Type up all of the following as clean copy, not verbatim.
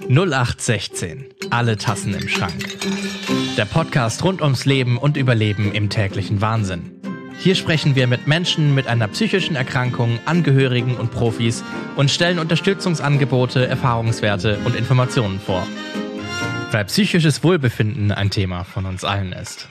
0816. Alle Tassen im Schrank. Der Podcast rund ums Leben und Überleben im täglichen Wahnsinn. Hier sprechen wir mit Menschen mit einer psychischen Erkrankung, Angehörigen und Profis und stellen Unterstützungsangebote, Erfahrungswerte und Informationen vor. Weil psychisches Wohlbefinden ein Thema von uns allen ist.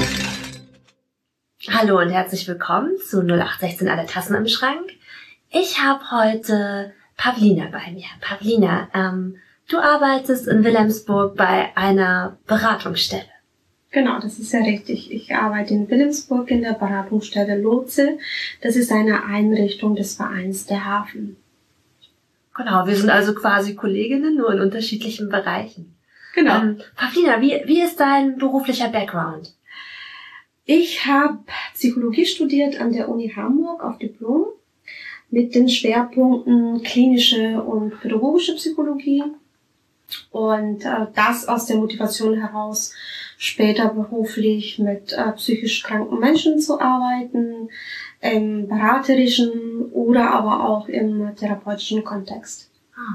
Hallo und herzlich willkommen zu 0816 Alle Tassen im Schrank. Ich habe heute Pawlina bei mir. Pawlina, du arbeitest in Wilhelmsburg bei einer Beratungsstelle. Genau, das ist ja richtig. Ich arbeite in Wilhelmsburg in der Beratungsstelle Lotse. Das ist eine Einrichtung des Vereins der Hafen. Genau, wir sind also quasi Kolleginnen, nur in unterschiedlichen Bereichen. Genau. Pawlina, wie ist dein beruflicher Background? Ich habe Psychologie studiert an der Uni Hamburg auf Diplom mit den Schwerpunkten klinische und pädagogische Psychologie und das aus der Motivation heraus, später beruflich mit psychisch kranken Menschen zu arbeiten, im beraterischen oder aber auch im therapeutischen Kontext.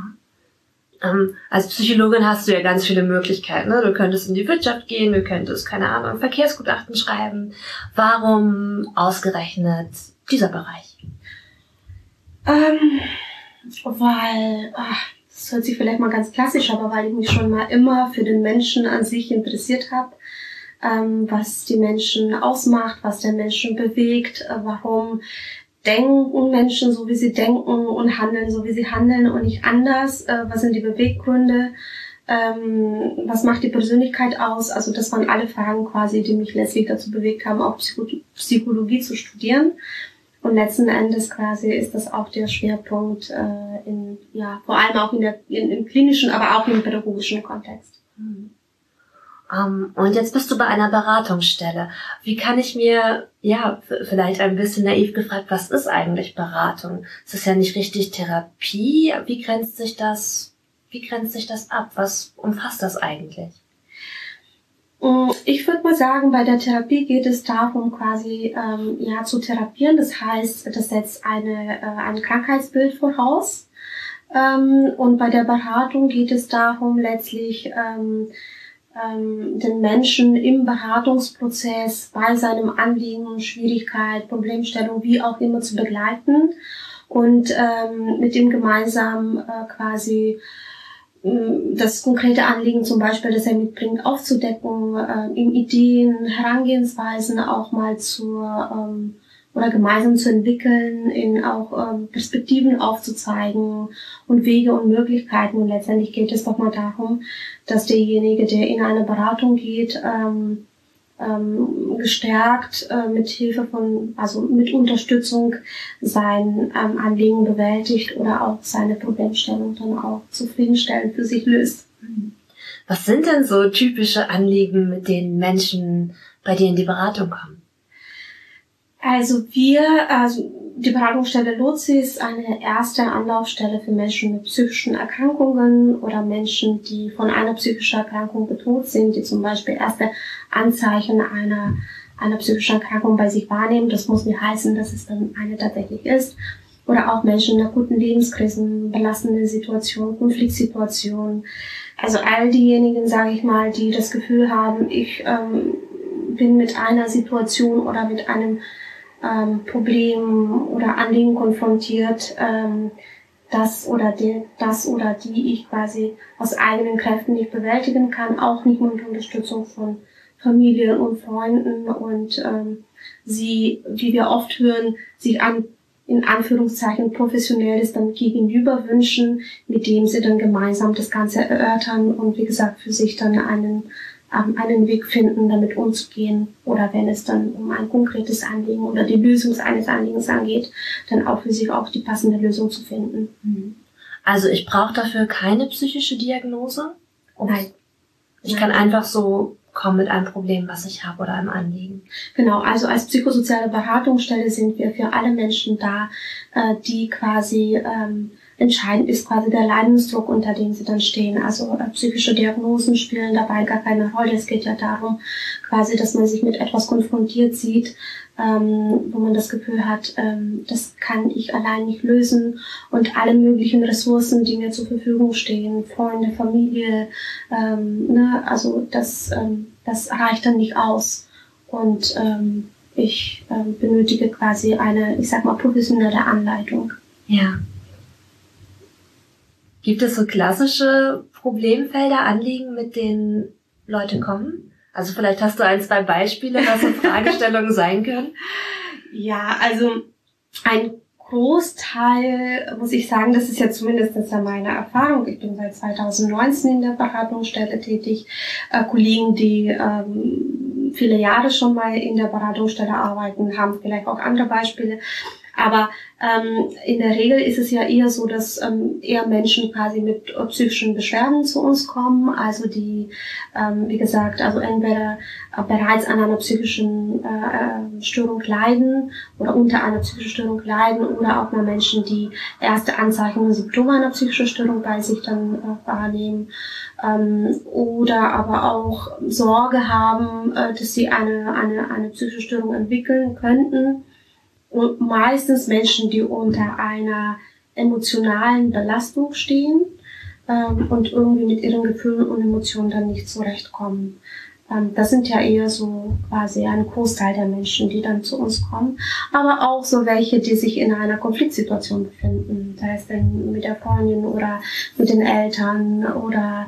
Als Psychologin hast du ja ganz viele Möglichkeiten. Ne? Du könntest in die Wirtschaft gehen, du könntest, keine Ahnung, Verkehrsgutachten schreiben. Warum ausgerechnet dieser Bereich? Weil, das hört sich vielleicht mal ganz klassisch, aber weil ich mich schon mal immer für den Menschen an sich interessiert habe, was die Menschen ausmacht, was den Menschen bewegt, warum denken Menschen so, wie sie denken und handeln so, wie sie handeln und nicht anders, was sind die Beweggründe, was macht die Persönlichkeit aus, also das waren alle Fragen quasi, die mich letztlich dazu bewegt haben, auch Psychologie zu studieren. Und letzten Endes quasi ist das auch der Schwerpunkt vor allem auch im klinischen, aber auch im pädagogischen Kontext. Und jetzt bist du bei einer Beratungsstelle. Wie kann ich mir, vielleicht ein bisschen naiv gefragt, was ist eigentlich Beratung? Es ist ja nicht richtig Therapie. Wie grenzt sich das ab? Was umfasst das eigentlich? Ich würde mal sagen, bei der Therapie geht es darum, quasi zu therapieren. Das heißt, das setzt ein Krankheitsbild voraus. Und bei der Beratung geht es darum, letztlich den Menschen im Beratungsprozess bei seinem Anliegen, Schwierigkeit, Problemstellung, wie auch immer zu begleiten und mit ihm gemeinsam quasi das konkrete Anliegen zum Beispiel, das er mitbringt, aufzudecken, ihm Ideen, Herangehensweisen auch mal oder gemeinsam zu entwickeln, ihnen auch Perspektiven aufzuzeigen und Wege und Möglichkeiten. Und letztendlich geht es doch mal darum, dass derjenige, der in eine Beratung geht, gestärkt mit Unterstützung sein Anliegen bewältigt oder auch seine Problemstellung dann auch zufriedenstellend für sich löst. Was sind denn so typische Anliegen, mit denen Menschen bei dir in die Beratung kommen? Also die Beratungsstelle Lotse ist eine erste Anlaufstelle für Menschen mit psychischen Erkrankungen oder Menschen, die von einer psychischen Erkrankung bedroht sind, die zum Beispiel erste Anzeichen einer psychischen Erkrankung bei sich wahrnehmen. Das muss nicht heißen, dass es dann eine tatsächlich ist. Oder auch Menschen in akuten Lebenskrisen, belastenden Situationen, Konfliktsituationen. Also all diejenigen, sage ich mal, die das Gefühl haben, ich bin mit einer Situation oder mit einem Problem oder Anliegen konfrontiert, das oder die ich quasi aus eigenen Kräften nicht bewältigen kann, auch nicht mit Unterstützung von Familie und Freunden und sie, wie wir oft hören, sich in Anführungszeichen professionelles dann gegenüber wünschen, mit dem sie dann gemeinsam das Ganze erörtern und wie gesagt für sich dann einen Weg finden, damit umzugehen oder wenn es dann um ein konkretes Anliegen oder die Lösung eines Anliegens angeht, dann auch für sich auch die passende Lösung zu finden. Also ich brauche dafür keine psychische Diagnose? Nein. Ich kann einfach so kommen mit einem Problem, was ich habe oder einem Anliegen. Genau, also als psychosoziale Beratungsstelle sind wir für alle Menschen da, die quasi entscheidend ist quasi der Leidensdruck, unter dem sie dann stehen. Also psychische Diagnosen spielen dabei gar keine Rolle. Es geht ja darum, quasi, dass man sich mit etwas konfrontiert sieht, wo man das Gefühl hat, das kann ich allein nicht lösen und alle möglichen Ressourcen, die mir zur Verfügung stehen, Freunde, Familie, also das reicht dann nicht aus. Und ich benötige quasi eine, ich sag mal, professionelle Anleitung. Ja. Gibt es so klassische Problemfelder, Anliegen, mit denen Leute kommen? Also vielleicht hast du 1, 2 Beispiele, was so Fragestellungen sein können? Ja, also ein Großteil, muss ich sagen, das ist ja zumindest meine Erfahrung. Ich bin seit 2019 in der Beratungsstelle tätig. Kollegen, die viele Jahre schon mal in der Beratungsstelle arbeiten, haben vielleicht auch andere Beispiele. Aber in der Regel ist es ja eher so, dass eher Menschen quasi mit psychischen Beschwerden zu uns kommen, also die, wie gesagt, also entweder bereits an einer psychischen Störung leiden oder unter einer psychischen Störung leiden oder auch mal Menschen, die erste Anzeichen und Symptome einer psychischen Störung bei sich dann wahrnehmen. Oder aber auch Sorge haben, dass sie eine psychische Störung entwickeln könnten. Und meistens Menschen, die unter einer emotionalen Belastung stehen und irgendwie mit ihren Gefühlen und Emotionen dann nicht zurechtkommen. Das sind ja eher so quasi ein Großteil der Menschen, die dann zu uns kommen. Aber auch so welche, die sich in einer Konfliktsituation befinden. Sei es denn mit der Freundin oder mit den Eltern oder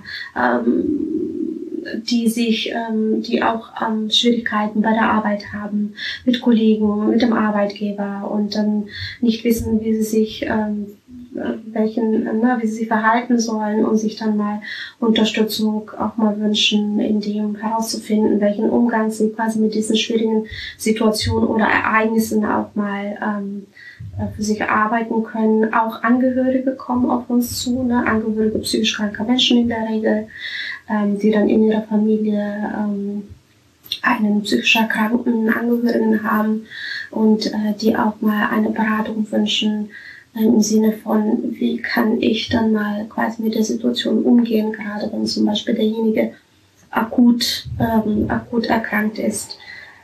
die auch Schwierigkeiten bei der Arbeit haben, mit Kollegen, mit dem Arbeitgeber und dann nicht wissen, wie sie sich wie sie sich verhalten sollen und sich dann mal Unterstützung auch mal wünschen, in dem herauszufinden, welchen Umgang sie quasi mit diesen schwierigen Situationen oder Ereignissen auch mal für sich erarbeiten können. Auch Angehörige kommen auf uns zu, Angehörige psychisch kranker Menschen in der Regel, die dann in ihrer Familie einen psychisch erkrankten Angehörigen haben und die auch mal eine Beratung wünschen im Sinne von, wie kann ich dann mal quasi mit der Situation umgehen, gerade wenn zum Beispiel derjenige akut erkrankt ist.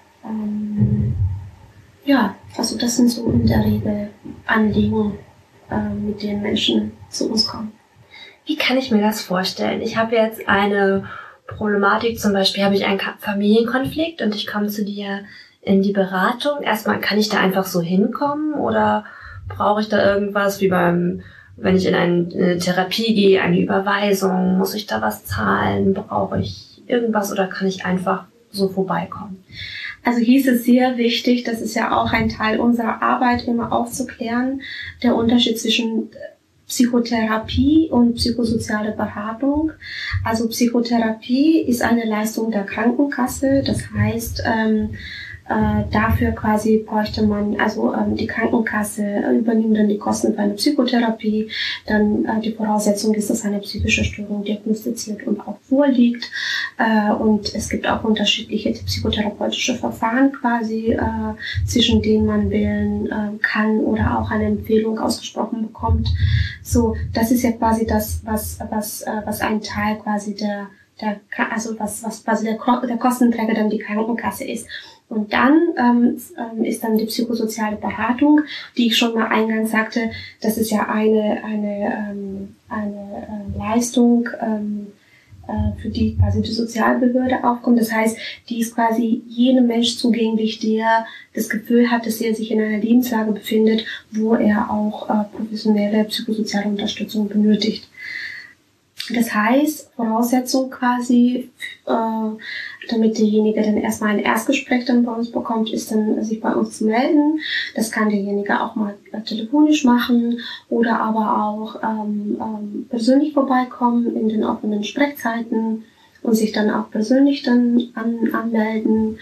Ja, also das sind so in der Regel Anliegen, mit denen Menschen zu uns kommen. Wie kann ich mir das vorstellen? Ich habe jetzt eine Problematik, zum Beispiel habe ich einen Familienkonflikt und ich komme zu dir in die Beratung. Erstmal, kann ich da einfach so hinkommen oder brauche ich da irgendwas, wie wenn ich in eine Therapie gehe, eine Überweisung, muss ich da was zahlen, brauche ich irgendwas oder kann ich einfach so vorbeikommen? Also hier ist es sehr wichtig, das ist ja auch ein Teil unserer Arbeit, immer aufzuklären, der Unterschied zwischen Psychotherapie und psychosoziale Beratung. Also Psychotherapie ist eine Leistung der Krankenkasse, das heißt, dafür quasi bräuchte man, also die Krankenkasse übernimmt dann die Kosten für eine Psychotherapie. Dann die Voraussetzung ist, dass eine psychische Störung diagnostiziert und auch vorliegt. Und es gibt auch unterschiedliche psychotherapeutische Verfahren quasi, zwischen denen man wählen kann oder auch eine Empfehlung ausgesprochen bekommt. So, das ist ja quasi das, was ein Teil quasi was quasi der Kostenträger dann die Krankenkasse ist. Und dann ist dann die psychosoziale Beratung, die ich schon mal eingangs sagte, das ist ja eine Leistung, für die quasi die Sozialbehörde aufkommt. Das heißt, die ist quasi jedem Mensch zugänglich, der das Gefühl hat, dass er sich in einer Lebenslage befindet, wo er auch professionelle psychosoziale Unterstützung benötigt. Das heißt, Voraussetzung quasi, damit derjenige dann erstmal ein Erstgespräch dann bei uns bekommt, ist dann, sich bei uns zu melden. Das kann derjenige auch mal telefonisch machen oder aber auch persönlich vorbeikommen in den offenen Sprechzeiten und sich dann auch persönlich dann anmelden.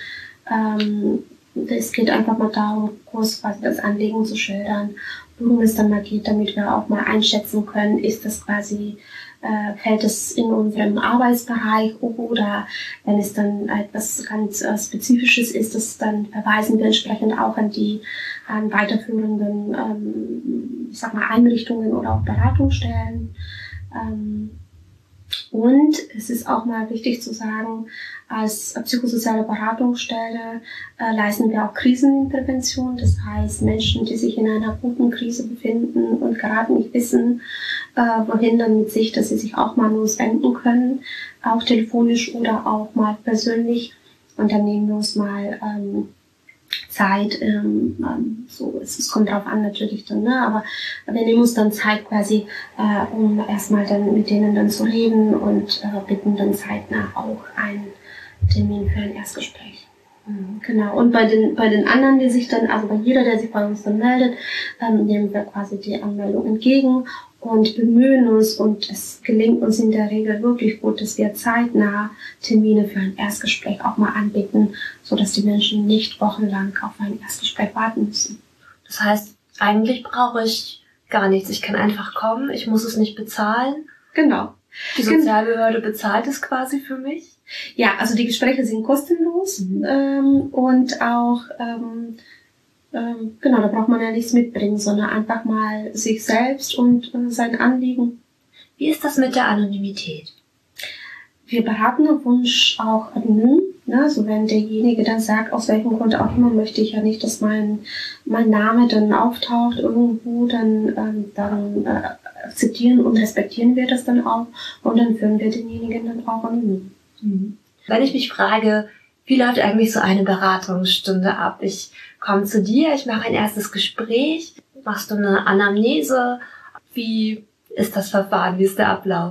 Es geht einfach mal darum, kurz quasi das Anliegen zu schildern, worum es dann mal geht, damit wir auch mal einschätzen können, ist das quasi fällt es in unserem Arbeitsbereich oder wenn es dann etwas ganz Spezifisches ist, dann verweisen wir entsprechend auch an die weiterführenden Einrichtungen oder auch Beratungsstellen. Und es ist auch mal wichtig zu sagen, als psychosoziale Beratungsstelle leisten wir auch Krisenintervention. Das heißt, Menschen, die sich in einer guten Krise befinden und gerade nicht wissen, wohin dann mit sich, dass sie sich auch mal an uns wenden können, auch telefonisch oder auch mal persönlich. Und dann nehmen wir uns mal Zeit, es kommt drauf an natürlich dann, ne? Aber wir nehmen uns dann Zeit quasi, um erstmal dann mit denen dann zu reden und bitten dann zeitnah auch einen Termin für ein Erstgespräch. Genau. Und bei den anderen, die sich dann, also bei jeder, der sich bei uns dann meldet, nehmen wir quasi die Anmeldung entgegen und bemühen uns, und es gelingt uns in der Regel wirklich gut, dass wir zeitnah Termine für ein Erstgespräch auch mal anbieten, sodass die Menschen nicht wochenlang auf ein Erstgespräch warten müssen. Das heißt, eigentlich brauche ich gar nichts. Ich kann einfach kommen, ich muss es nicht bezahlen. Genau. Die Sozialbehörde bezahlt es quasi für mich? Ja, also die Gespräche sind kostenlos und auch da braucht man ja nichts mitbringen, sondern einfach mal sich selbst und sein Anliegen. Wie ist das mit der Anonymität? Wir beraten auf Wunsch auch anonym. Ne? Also wenn derjenige dann sagt, aus welchem Grund auch immer, möchte ich ja nicht, dass mein Name dann auftaucht irgendwo, dann akzeptieren und respektieren wir das dann auch und dann führen wir denjenigen dann auch anonym. Wenn ich mich frage, wie läuft eigentlich so eine Beratungsstunde ab? Ich komme zu dir, ich mache ein erstes Gespräch, machst du eine Anamnese? Wie ist das Verfahren? Wie ist der Ablauf?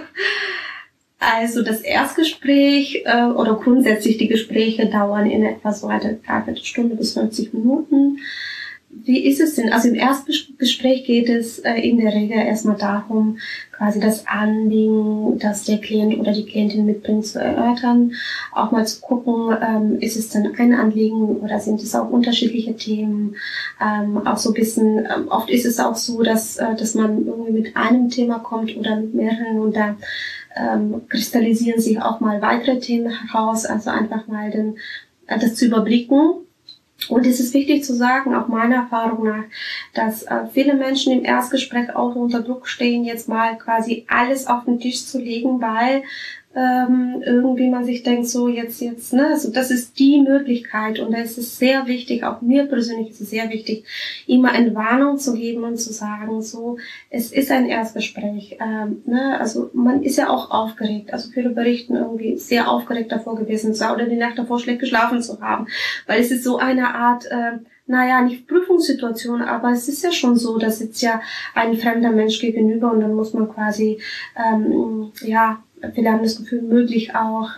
Also das Erstgespräch oder grundsätzlich die Gespräche dauern in etwa so eine Dreiviertelstunde bis 50 Minuten. Wie ist es denn? Also im Erstgespräch geht es in der Regel erstmal darum, quasi das Anliegen, das der Klient oder die Klientin mitbringt, zu erörtern. Auch mal zu gucken, ist es denn ein Anliegen oder sind es auch unterschiedliche Themen? Auch so ein bisschen, oft ist es auch so, dass man irgendwie mit einem Thema kommt oder mit mehreren und da kristallisieren sich auch mal weitere Themen heraus, also einfach mal das zu überblicken. Und es ist wichtig zu sagen, auch meiner Erfahrung nach, dass viele Menschen im Erstgespräch auch unter Druck stehen, jetzt mal quasi alles auf den Tisch zu legen, weil irgendwie man sich denkt, so jetzt, ne, also das ist die Möglichkeit und da ist es sehr wichtig, auch mir persönlich ist es sehr wichtig, immer eine Warnung zu geben und zu sagen, so, es ist ein Erstgespräch, ne, also man ist ja auch aufgeregt, also viele berichten irgendwie sehr aufgeregt davor gewesen zu sein oder die Nacht davor schlecht geschlafen zu haben, weil es ist so eine Art, nicht Prüfungssituation, aber es ist ja schon so, dass jetzt ja ein fremder Mensch gegenüber und dann muss man quasi, viele haben das Gefühl, möglich auch,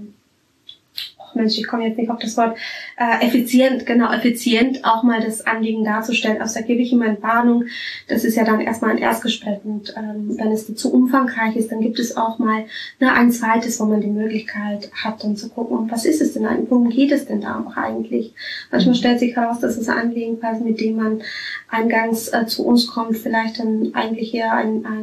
ich komme jetzt nicht auf das Wort, effizient auch mal das Anliegen darzustellen. Also da gebe ich immer eine Warnung. Das ist ja dann erstmal ein Erstgespräch und wenn es zu umfangreich ist, dann gibt es auch mal ein zweites, wo man die Möglichkeit hat, dann zu gucken, was ist es denn eigentlich, worum geht es denn da auch eigentlich? Manchmal stellt sich heraus, dass das Anliegen quasi, mit dem man eingangs zu uns kommt, vielleicht dann eigentlich eher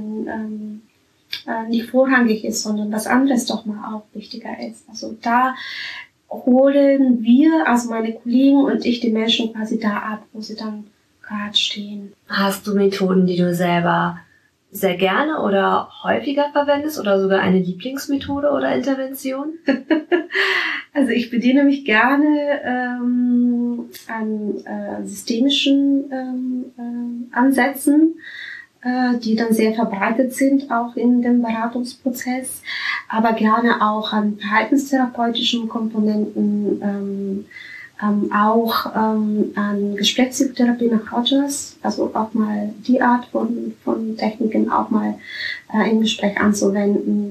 nicht vorrangig ist, sondern was anderes doch mal auch wichtiger ist. Also da holen wir, also meine Kollegen und ich, die Menschen quasi da ab, wo sie dann gerade stehen. Hast du Methoden, die du selber sehr gerne oder häufiger verwendest oder sogar eine Lieblingsmethode oder Intervention? Also ich bediene mich gerne an systemischen Ansätzen, die dann sehr verbreitet sind, auch in dem Beratungsprozess, aber gerne auch an verhaltenstherapeutischen Komponenten, auch an Gesprächspsychotherapie nach Rogers, also auch mal die Art von Techniken auch mal im Gespräch anzuwenden.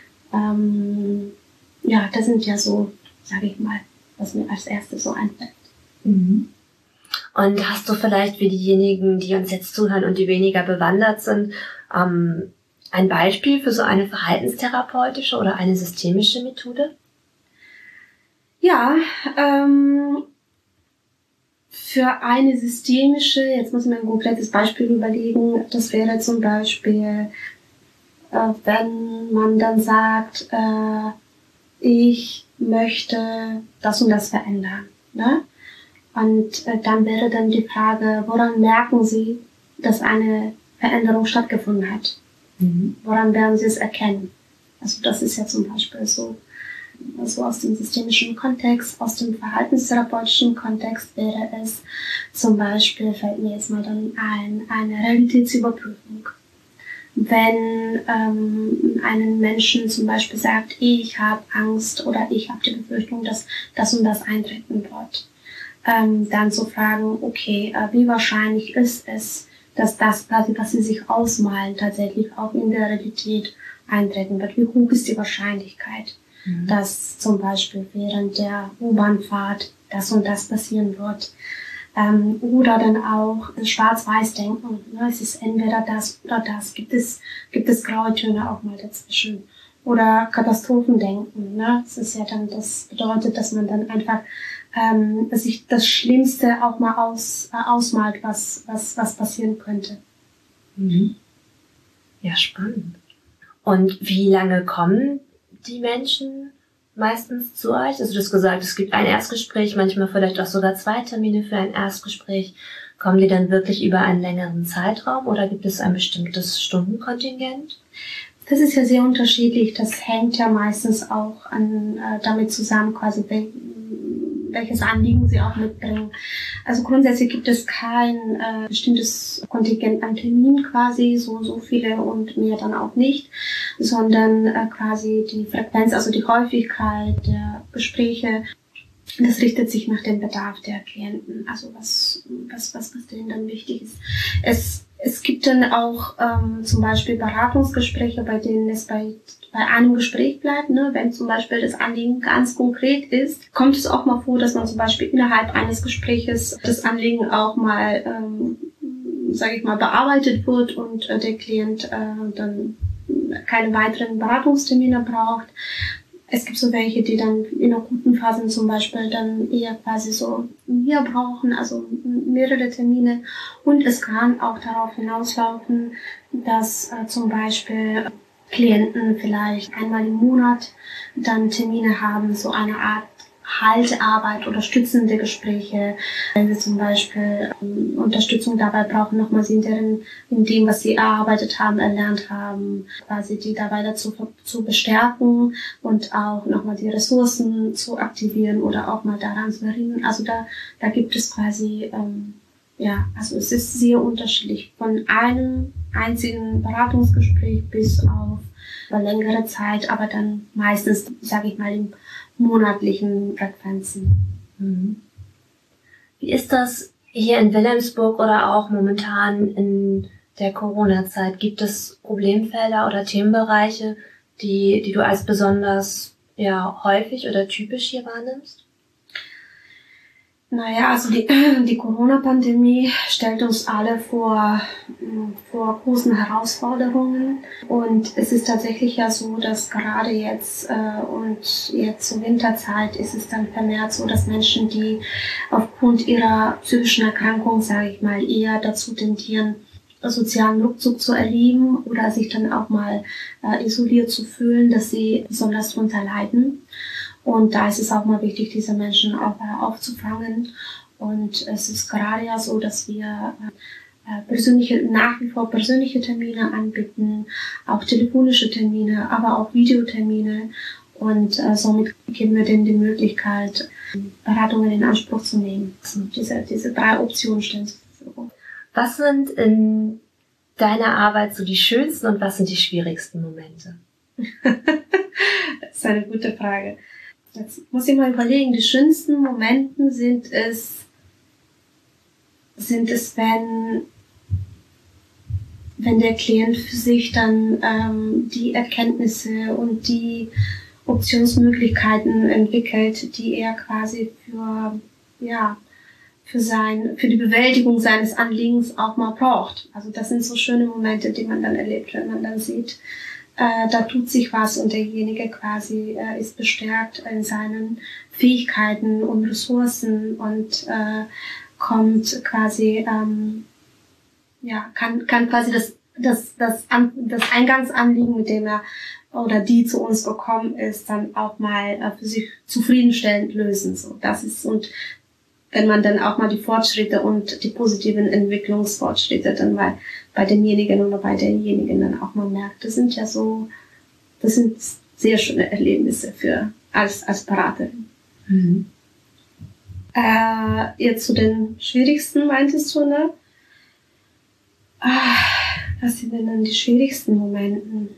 Das sind ja so, sage ich mal, was mir als erstes so einfällt. Mhm. Und hast du vielleicht für diejenigen, die uns jetzt zuhören und die weniger bewandert sind, ein Beispiel für so eine verhaltenstherapeutische oder eine systemische Methode? Ja, für eine systemische, jetzt muss ich mir ein konkretes Beispiel überlegen, das wäre zum Beispiel wenn man dann sagt, ich möchte das und das verändern. Ne? Und dann wäre dann die Frage, woran merken Sie, dass eine Veränderung stattgefunden hat? Woran werden Sie es erkennen? Also das ist ja zum Beispiel so aus dem systemischen Kontext, aus dem verhaltenstherapeutischen Kontext wäre es zum Beispiel, fällt mir jetzt mal dann ein, eine Realitätsüberprüfung. Wenn einen Menschen zum Beispiel sagt, ich habe Angst oder ich habe die Befürchtung, dass das und das eintreten wird, dann zu fragen, okay, wie wahrscheinlich ist es, dass das quasi, was sie sich ausmalen, tatsächlich auch in der Realität eintreten wird? Wie hoch ist die Wahrscheinlichkeit, dass zum Beispiel während der U-Bahn-Fahrt das und das passieren wird? Oder dann auch Schwarz-Weiß-Denken. Ne? Es ist entweder das oder das. Gibt es graue Töne auch mal dazwischen? Oder Katastrophendenken. Ne? Das ist ja dann, das bedeutet, dass man dann einfach sich das Schlimmste auch mal ausmalt, was passieren könnte. Ja, spannend. Und wie lange kommen die Menschen meistens zu euch? Also du hast gesagt, es gibt ein Erstgespräch, manchmal vielleicht auch sogar 2 Termine für ein Erstgespräch. Kommen die dann wirklich über einen längeren Zeitraum oder gibt es ein bestimmtes Stundenkontingent? Das ist ja sehr unterschiedlich. Das hängt ja meistens auch damit zusammen, quasi welches Anliegen sie auch mitbringen. Also grundsätzlich gibt es kein bestimmtes Kontingent an Terminen quasi, so viele und mehr dann auch nicht, sondern quasi die Frequenz, also die Häufigkeit der Gespräche, das richtet sich nach dem Bedarf der Klienten, also was denen dann wichtig ist. Es gibt dann auch zum Beispiel Beratungsgespräche, bei denen es bei einem Gespräch bleibt, ne? Wenn zum Beispiel das Anliegen ganz konkret ist, kommt es auch mal vor, dass man zum Beispiel innerhalb eines Gespräches das Anliegen auch mal, sage ich mal, bearbeitet wird und der Klient dann keine weiteren Beratungstermine braucht. Es gibt so welche, die dann in akuten Phasen zum Beispiel dann eher quasi so mehr brauchen, also mehrere Termine. Und es kann auch darauf hinauslaufen, dass zum Beispiel Klienten vielleicht einmal im Monat dann Termine haben, so eine Art Haltearbeit oder stützende Gespräche, wenn sie zum Beispiel Unterstützung dabei brauchen, nochmal sie in dem, was sie erarbeitet haben, erlernt haben, quasi die dabei dazu zu bestärken und auch nochmal die Ressourcen zu aktivieren oder auch mal daran zu erinnern. Also da gibt es quasi, also es ist sehr unterschiedlich von einem einzigen Beratungsgespräch bis auf längere Zeit, aber dann meistens, sage ich mal, in monatlichen Frequenzen. Wie ist das hier in Wilhelmsburg oder auch momentan in der Corona-Zeit? Gibt es Problemfelder oder Themenbereiche, die du als besonders häufig oder typisch hier wahrnimmst? Naja, also die Corona-Pandemie stellt uns alle vor großen Herausforderungen. Und es ist tatsächlich ja so, dass gerade jetzt zur Winterzeit ist es dann vermehrt so, dass Menschen, die aufgrund ihrer psychischen Erkrankung, sage ich mal, eher dazu tendieren, sozialen Rückzug zu erleben oder sich dann auch mal isoliert zu fühlen, dass sie besonders darunter leiden. Und da ist es auch mal wichtig, diese Menschen auch aufzufangen. Und es ist gerade ja so, dass wir nach wie vor persönliche Termine anbieten, auch telefonische Termine, aber auch Videotermine. Und somit geben wir denen die Möglichkeit, Beratungen in Anspruch zu nehmen. Also diese 3 Optionen stellen zur Verfügung. Was sind in deiner Arbeit so die schönsten und was sind die schwierigsten Momente? Das ist eine gute Frage. Jetzt muss ich mal überlegen, die schönsten Momente sind es, wenn der Klient für sich dann die Erkenntnisse und die Optionsmöglichkeiten entwickelt, die er quasi für die Bewältigung seines Anliegens auch mal braucht. Also das sind so schöne Momente, die man dann erlebt, wenn man dann sieht, da tut sich was und derjenige quasi ist bestärkt in seinen Fähigkeiten und Ressourcen und kommt quasi, kann quasi das Eingangsanliegen, mit dem er oder die zu uns gekommen ist, dann auch mal für sich zufriedenstellend lösen. So, das ist, und wenn man dann auch mal die Fortschritte und die positiven Entwicklungsfortschritte dann mal bei demjenigen oder bei derjenigen dann auch mal merkt, das sind sehr schöne Erlebnisse als Beraterin. Mhm. Jetzt zu den schwierigsten, meintest du, ne? Was sind denn dann die schwierigsten Momenten?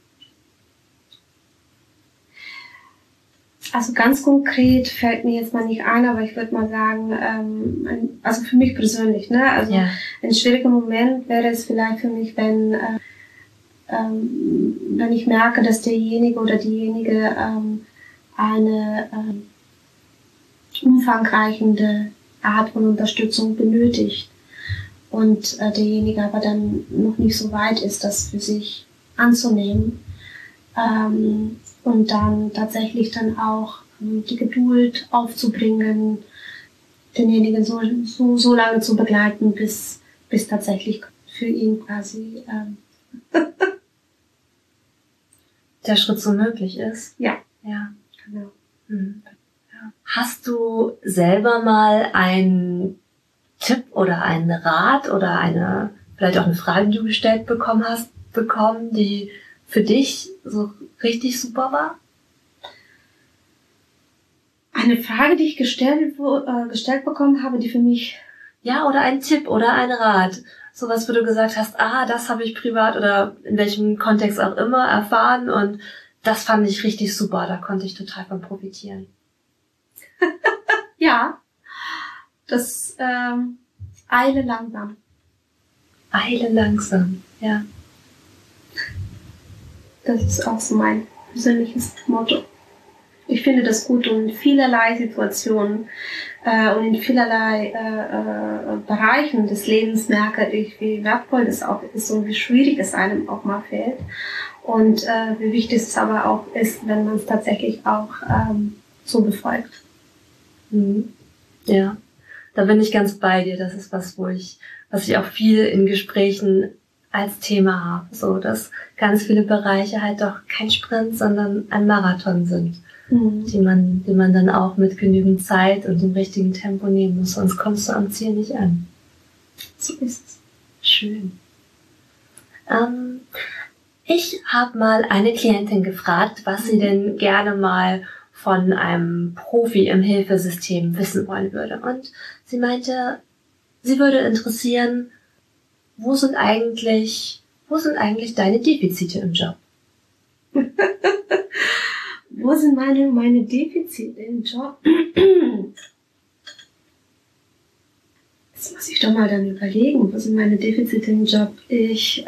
Also ganz konkret fällt mir jetzt mal nicht ein, aber ich würde mal sagen, also für mich persönlich, ne? Also ein schwieriger Moment wäre es vielleicht für mich, wenn ich merke, dass derjenige oder diejenige eine umfangreichende Art von Unterstützung benötigt und derjenige aber dann noch nicht so weit ist, das für sich anzunehmen, und dann tatsächlich dann auch die Geduld aufzubringen, denjenigen so lange zu begleiten, bis tatsächlich für ihn quasi der Schritt so möglich ist. Ja, Genau. Mhm. Ja. Hast du selber mal einen Tipp oder einen Rat oder vielleicht auch eine Frage, die du gestellt bekommen, die für dich so richtig super war? Eine Frage, die ich gestellt bekommen habe, die für mich... Ja, oder ein Tipp oder ein Rat. Sowas, wo du gesagt hast, das habe ich privat oder in welchem Kontext auch immer erfahren und das fand ich richtig super, da konnte ich total von profitieren. Ja, das Eile langsam. Eile langsam, ja. Das ist auch so mein persönliches Motto. Ich finde das gut und in vielerlei Situationen und in vielerlei Bereichen des Lebens merke ich, wie wertvoll das auch ist und wie schwierig es einem auch mal fällt. Und wie wichtig es aber auch ist, wenn man es tatsächlich auch so befolgt. Mhm. Ja, da bin ich ganz bei dir. Das ist was ich auch viel in Gesprächen als Thema habe. So, dass ganz viele Bereiche halt doch kein Sprint, sondern ein Marathon sind. Die man dann auch mit genügend Zeit und dem richtigen Tempo nehmen muss, sonst kommst du am Ziel nicht an. So ist es. Schön. Ich habe mal eine Klientin gefragt, was sie denn gerne mal von einem Profi im Hilfesystem wissen wollen würde. Und sie meinte, sie würde interessieren, wo sind eigentlich deine Defizite im Job? Wo sind meine Defizite im Job? Jetzt muss ich doch mal dann überlegen, wo sind meine Defizite im Job? Ich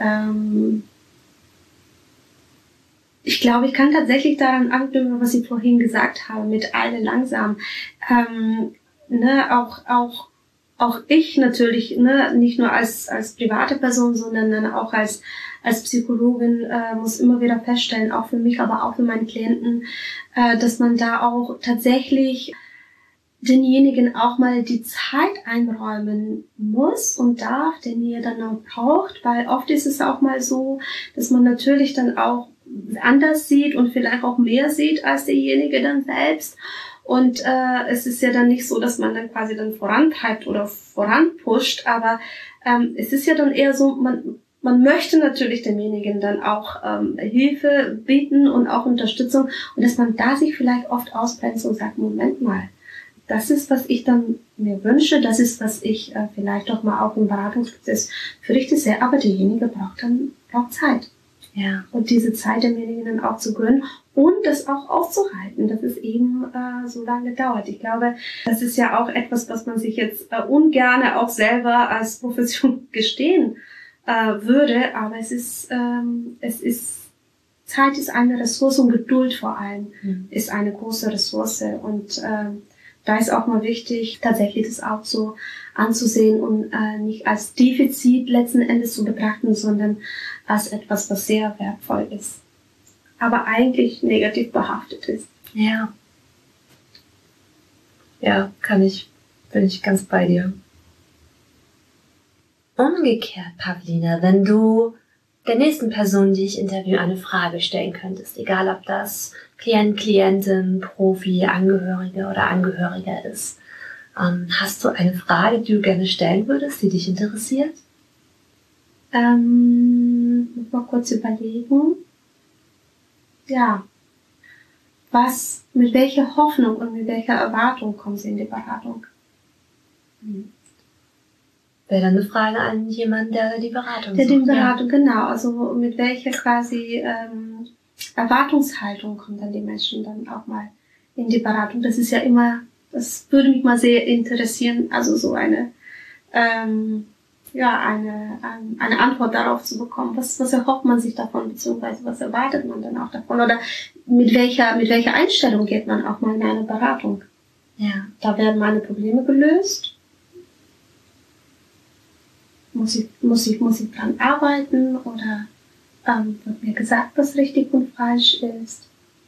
glaube, ich kann tatsächlich daran anknüpfen, was ich vorhin gesagt habe, mit Eile langsam. Auch ich natürlich, nicht nur als private Person, sondern dann auch als Psychologin muss immer wieder feststellen, auch für mich, aber auch für meine Klienten, dass man da auch tatsächlich denjenigen auch mal die Zeit einräumen muss und darf, den ihr dann auch braucht, weil oft ist es auch mal so, dass man natürlich dann auch anders sieht und vielleicht auch mehr sieht als derjenige dann selbst. Und es ist ja dann nicht so, dass man dann quasi dann vorantreibt oder voranpusht, aber es ist ja dann eher so, man möchte natürlich demjenigen dann auch Hilfe bieten und auch Unterstützung und dass man da sich vielleicht oft ausbremst und sagt, Moment mal, das ist, was ich dann mir wünsche, das ist, was ich vielleicht doch mal auch im Beratungsprozess für richtig sehe, aber derjenige braucht Zeit. Ja. Und diese Zeit demjenigen dann auch zu gönnen und das auch aufzuhalten, dass es eben so lange dauert. Ich glaube, das ist ja auch etwas, was man sich jetzt ungerne auch selber als Profession gestehen würde, aber es ist Zeit ist eine Ressource und Geduld vor allem ist eine große Ressource und da ist auch mal wichtig, tatsächlich das auch so anzusehen und nicht als Defizit letzten Endes zu betrachten, sondern als etwas, was sehr wertvoll ist, aber eigentlich negativ behaftet ist. Ja. Ja, bin ich ganz bei dir. Umgekehrt, Pavlina, wenn du der nächsten Person, die ich interviewe, eine Frage stellen könntest, egal ob das Klient, Klientin, Profi, Angehörige oder Angehöriger ist, hast du eine Frage, die du gerne stellen würdest, die dich interessiert? Muss mal kurz überlegen. Ja. Mit welcher Hoffnung und mit welcher Erwartung kommen Sie in die Beratung? Wäre dann eine Frage an jemanden, der die Beratung Der sucht. die Beratung, ja. Genau. Also mit welcher quasi Erwartungshaltung kommen dann die Menschen dann auch mal in die Beratung? Das ist ja immer, das würde mich mal sehr interessieren, also so eine Antwort darauf zu bekommen. Was erhofft man sich davon, beziehungsweise was erwartet man dann auch davon? Oder mit welcher Einstellung geht man auch mal in eine Beratung? Ja. Da werden meine Probleme gelöst. Muss ich dran arbeiten oder wird mir gesagt, was richtig und falsch ist?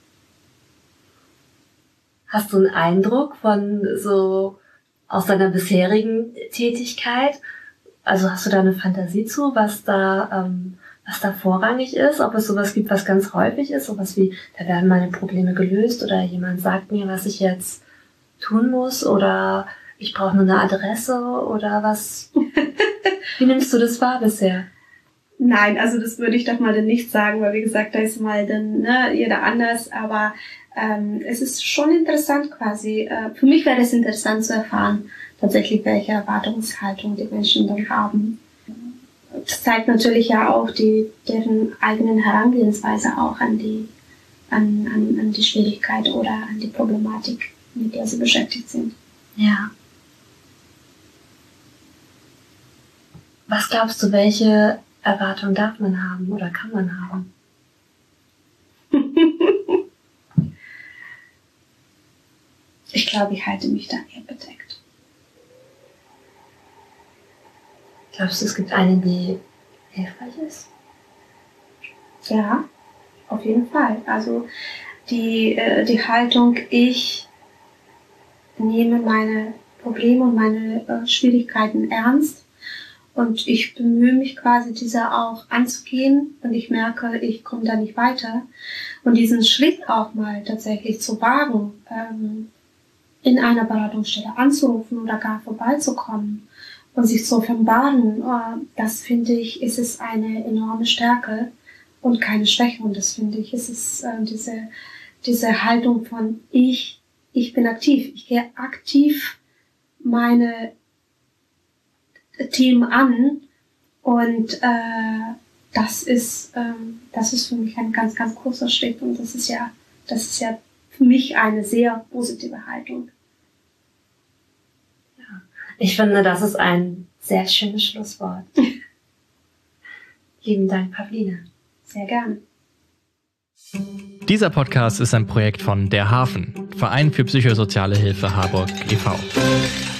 Hast du einen Eindruck von so aus deiner bisherigen Tätigkeit? Also hast du da eine Fantasie zu, was da vorrangig ist? Ob es sowas gibt, was ganz häufig ist? Sowas wie, da werden meine Probleme gelöst oder jemand sagt mir, was ich jetzt tun muss oder ich brauche nur eine Adresse oder was? Wie nimmst du das wahr bisher? Nein, also das würde ich doch mal dann nicht sagen, weil wie gesagt, da ist mal dann jeder anders, aber es ist schon interessant quasi. Für mich wäre es interessant zu erfahren, tatsächlich welche Erwartungshaltung die Menschen dann haben. Das zeigt natürlich ja auch deren eigenen Herangehensweise auch an die Schwierigkeit oder an die Problematik, mit der sie beschäftigt sind. Ja. Was glaubst du, welche Erwartung darf man haben oder kann man haben? Ich glaube, ich halte mich da eher bedeckt. Glaubst du, es gibt eine, die hilfreich ist? Ja, auf jeden Fall. Also die Haltung, ich nehme meine Probleme und meine Schwierigkeiten ernst und ich bemühe mich quasi, diese auch anzugehen und ich merke, ich komme da nicht weiter. Und diesen Schritt auch mal tatsächlich zu wagen, in einer Beratungsstelle anzurufen oder gar vorbeizukommen und sich zu offenbaren, das finde ich, ist es eine enorme Stärke und keine Schwäche. Und das finde ich, ist es diese Haltung von ich bin aktiv. Ich gehe aktiv meine Themen an und das ist für mich ein ganz, ganz großer Schritt und das ist ja für mich eine sehr positive Haltung. Ja. Ich finde, das ist ein sehr schönes Schlusswort. Lieben Dank, Pavline. Sehr gerne. Dieser Podcast ist ein Projekt von Der Hafen, Verein für psychosoziale Hilfe Harburg e.V.